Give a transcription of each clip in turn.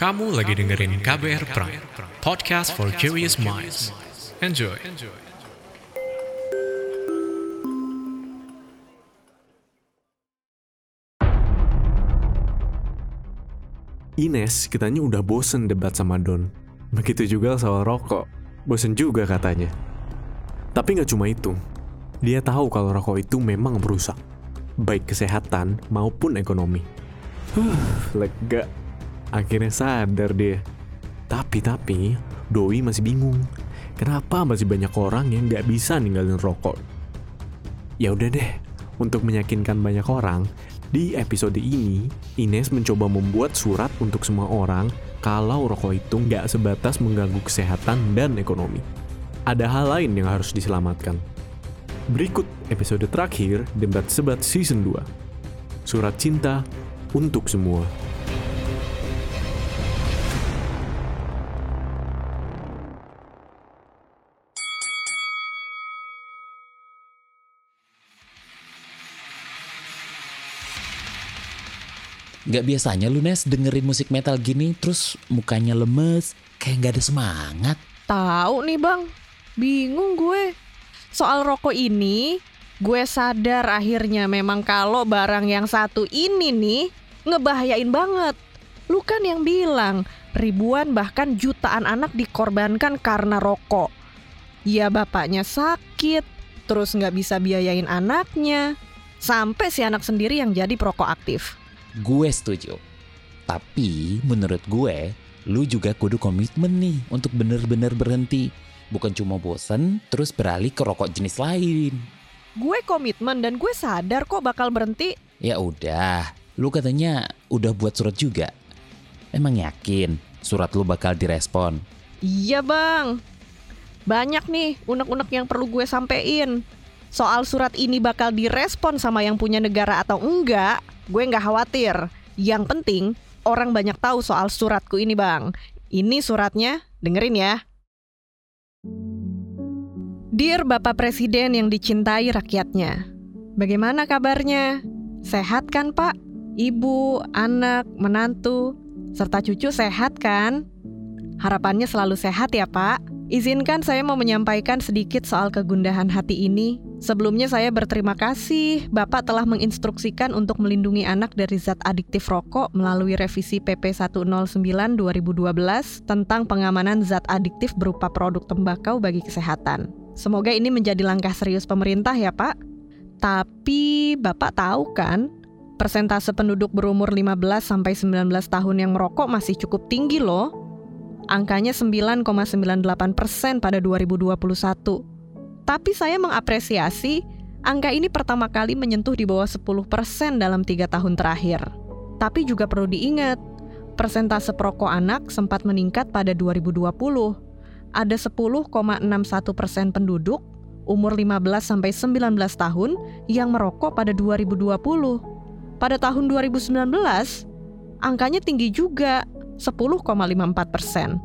Kamu lagi dengerin KBR Prime, podcast for curious minds. Enjoy. Ines katanya udah bosen debat sama Don. Begitu juga soal rokok. Bosen juga katanya. Tapi gak cuma itu. Dia tahu kalau rokok itu memang merusak, baik kesehatan maupun ekonomi. Lega. Akhirnya sadar dia. Tapi Doi masih bingung. Kenapa masih banyak orang yang gak bisa ninggalin rokok? Ya udah deh, untuk meyakinkan banyak orang, di episode ini, Ines mencoba membuat surat untuk semua orang kalau rokok itu gak sebatas mengganggu kesehatan dan ekonomi. Ada hal lain yang harus diselamatkan. Berikut episode terakhir Debat Sebat Season 2. Surat Cinta untuk Semua. Gak biasanya lu Nes dengerin musik metal gini terus mukanya lemes, kayak gak ada semangat. Tahu nih bang, bingung gue. Soal rokok ini, gue sadar akhirnya memang kalau barang yang satu ini nih ngebahayain banget. Lu kan yang bilang ribuan bahkan jutaan anak dikorbankan karena rokok. Ya bapaknya sakit, terus gak bisa biayain anaknya, sampai si anak sendiri yang jadi perokok aktif. Gue setuju. Tapi menurut gue, lu juga kudu komitmen nih untuk bener-bener berhenti. Bukan cuma bosen terus beralih ke rokok jenis lain. Gue komitmen dan gue sadar kok bakal berhenti. Ya udah, lu katanya udah buat surat juga. Emang yakin surat lu bakal direspon? Iya bang, banyak nih unek-unek yang perlu gue sampein. Soal surat ini bakal direspon sama yang punya negara atau enggak, gue nggak khawatir. Yang penting orang banyak tahu soal suratku ini bang. Ini suratnya, dengerin ya. Dear Bapak Presiden yang dicintai rakyatnya, bagaimana kabarnya? Sehat kan Pak? Ibu, anak, menantu, serta cucu sehat kan? Harapannya selalu sehat ya Pak. Izinkan saya mau menyampaikan sedikit soal kegundahan hati ini. Sebelumnya saya berterima kasih Bapak telah menginstruksikan untuk melindungi anak dari zat adiktif rokok melalui revisi PP 109/2012 tentang pengamanan zat adiktif berupa produk tembakau bagi kesehatan. Semoga ini menjadi langkah serius pemerintah ya Pak. Tapi Bapak tahu kan, persentase penduduk berumur 15-19 tahun yang merokok masih cukup tinggi loh. Angkanya 9,98% pada 2021. Tapi saya mengapresiasi angka ini pertama kali menyentuh di bawah 10% dalam 3 tahun terakhir. Tapi juga perlu diingat, persentase perokok anak sempat meningkat pada 2020. Ada 10,61% penduduk umur 15-19 tahun yang merokok pada 2020. Pada tahun 2019, angkanya tinggi juga, 10,54%.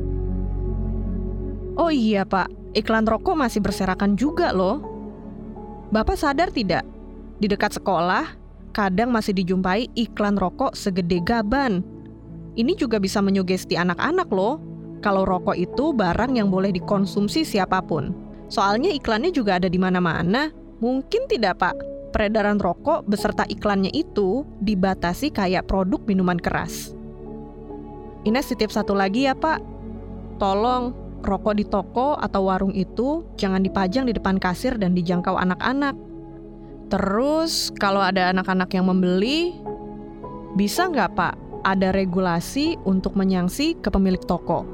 Oh iya Pak, iklan rokok masih berserakan juga loh. Bapak sadar tidak? Di dekat sekolah, kadang masih dijumpai iklan rokok segede gaban. Ini juga bisa menyugesti anak-anak loh, kalau rokok itu barang yang boleh dikonsumsi siapapun. Soalnya iklannya juga ada di mana-mana. Mungkin tidak Pak, peredaran rokok beserta iklannya itu dibatasi kayak produk minuman keras. Ines titip satu lagi ya Pak, tolong rokok di toko atau warung itu jangan dipajang di depan kasir dan dijangkau anak-anak. Terus kalau ada anak-anak yang membeli, bisa nggak Pak ada regulasi untuk menyangsi ke pemilik toko?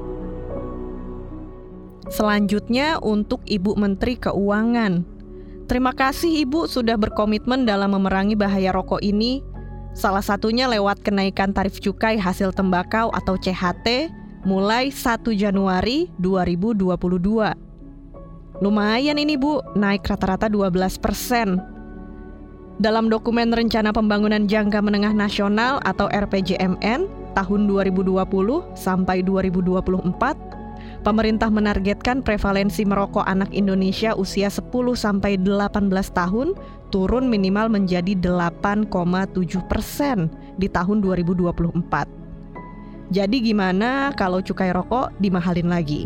Selanjutnya untuk Ibu Menteri Keuangan. Terima kasih Ibu sudah berkomitmen dalam memerangi bahaya rokok ini. Salah satunya lewat kenaikan tarif cukai hasil tembakau atau CHT mulai 1 Januari 2022. Lumayan ini Bu, naik rata-rata 12%. Dalam dokumen Rencana Pembangunan Jangka Menengah Nasional atau RPJMN tahun 2020 sampai 2024, pemerintah menargetkan prevalensi merokok anak Indonesia usia 10-18 tahun turun minimal menjadi 8,7% di tahun 2024. Jadi gimana kalau cukai rokok dimahalin lagi?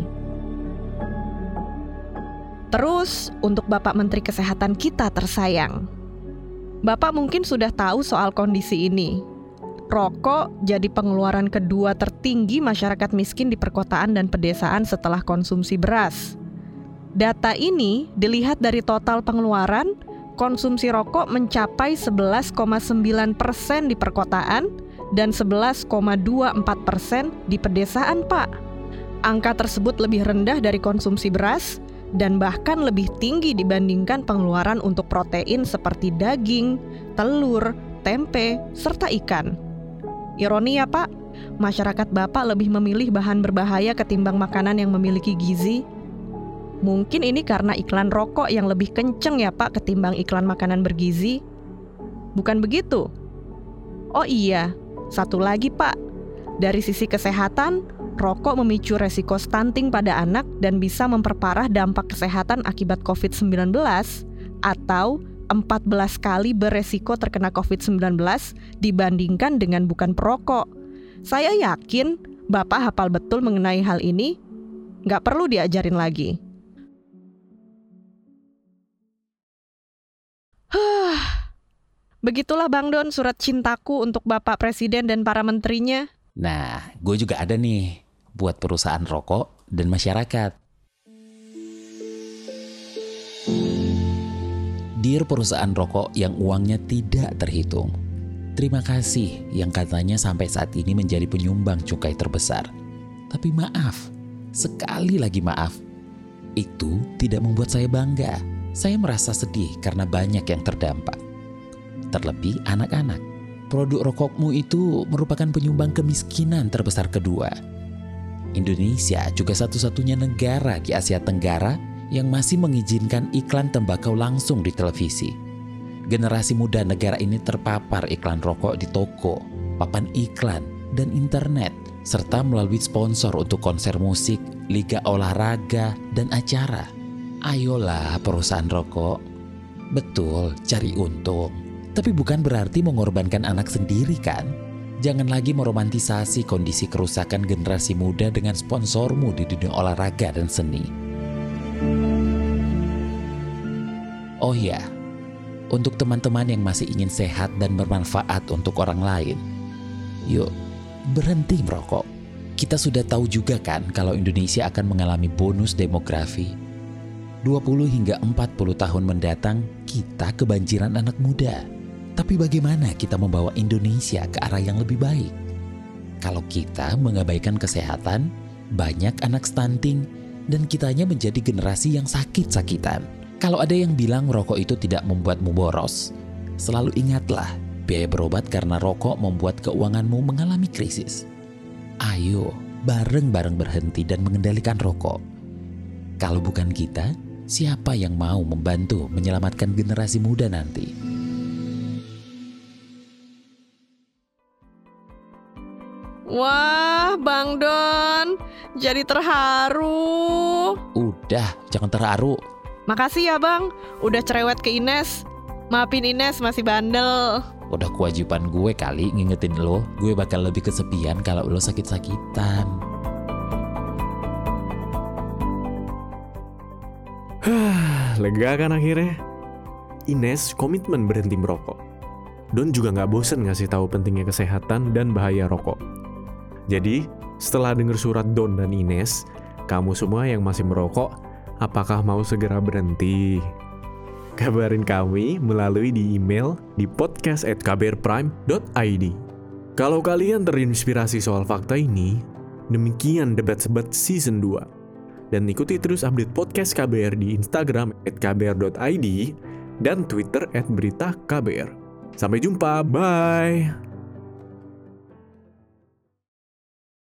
Terus untuk Bapak Menteri Kesehatan kita tersayang, Bapak mungkin sudah tahu soal kondisi ini. Rokok jadi pengeluaran kedua tertinggi masyarakat miskin di perkotaan dan pedesaan setelah konsumsi beras. Data ini dilihat dari total pengeluaran, konsumsi rokok mencapai 11,9% di perkotaan dan 11,24% di pedesaan, Pak. Angka tersebut lebih rendah dari konsumsi beras dan bahkan lebih tinggi dibandingkan pengeluaran untuk protein seperti daging, telur, tempe, serta ikan. Ironi ya, Pak, masyarakat Bapak lebih memilih bahan berbahaya ketimbang makanan yang memiliki gizi. Mungkin ini karena iklan rokok yang lebih kenceng ya, Pak, ketimbang iklan makanan bergizi. Bukan begitu? Oh iya, satu lagi, Pak. Dari sisi kesehatan, rokok memicu resiko stunting pada anak dan bisa memperparah dampak kesehatan akibat COVID-19 atau 14 kali beresiko terkena COVID-19 dibandingkan dengan bukan perokok. Saya yakin Bapak hafal betul mengenai hal ini. Nggak perlu diajarin lagi. Begitulah Bang Don surat cintaku untuk Bapak Presiden dan para menterinya. Nah, gue juga ada nih buat perusahaan rokok dan masyarakat. Dear perusahaan rokok yang uangnya tidak terhitung, terima kasih yang katanya sampai saat ini menjadi penyumbang cukai terbesar. Tapi maaf, sekali lagi maaf, itu tidak membuat saya bangga. Saya merasa sedih karena banyak yang terdampak. Terlebih anak-anak. Produk rokokmu itu merupakan penyumbang kemiskinan terbesar kedua. Indonesia juga satu-satunya negara di Asia Tenggara yang masih mengizinkan iklan tembakau langsung di televisi. Generasi muda negara ini terpapar iklan rokok di toko, papan iklan, dan internet, serta melalui sponsor untuk konser musik, liga olahraga, dan acara. Ayolah perusahaan rokok. Betul, cari untung. Tapi bukan berarti mengorbankan anak sendiri kan? Jangan lagi meromantisasi kondisi kerusakan generasi muda dengan sponsormu di dunia olahraga dan seni. Oh ya, untuk teman-teman yang masih ingin sehat dan bermanfaat untuk orang lain, yuk berhenti merokok. Kita sudah tahu juga kan kalau Indonesia akan mengalami bonus demografi. 20 hingga 40 tahun mendatang kita kebanjiran anak muda. Tapi bagaimana kita membawa Indonesia ke arah yang lebih baik? Kalau kita mengabaikan kesehatan, banyak anak stunting, dan kitanya menjadi generasi yang sakit-sakitan. Kalau ada yang bilang rokok itu tidak membuatmu boros, selalu ingatlah, biaya berobat karena rokok membuat keuanganmu mengalami krisis. Ayo, bareng-bareng berhenti dan mengendalikan rokok. Kalau bukan kita, siapa yang mau membantu menyelamatkan generasi muda nanti? Wah, Bang Don, jadi terharu. Udah, jangan terharu. Makasih ya Bang, udah cerewet ke Ines. Maafin Ines masih bandel. Udah kewajiban gue kali ngingetin lo. Gue bakal lebih kesepian kalau lo sakit-sakitan. Lega kan akhirnya? Ines komitmen berhenti merokok. Don juga gak bosen ngasih tahu pentingnya kesehatan dan bahaya rokok. Jadi, setelah dengar surat Don dan Ines, kamu semua yang masih merokok, apakah mau segera berhenti? Kabarin kami melalui di email di podcast@kbrprime.id. Kalau kalian terinspirasi soal fakta ini, demikian debat sebat season 2. Dan ikuti terus update podcast KBR di Instagram @kbr.id dan Twitter @beritaKBR. Sampai jumpa, bye!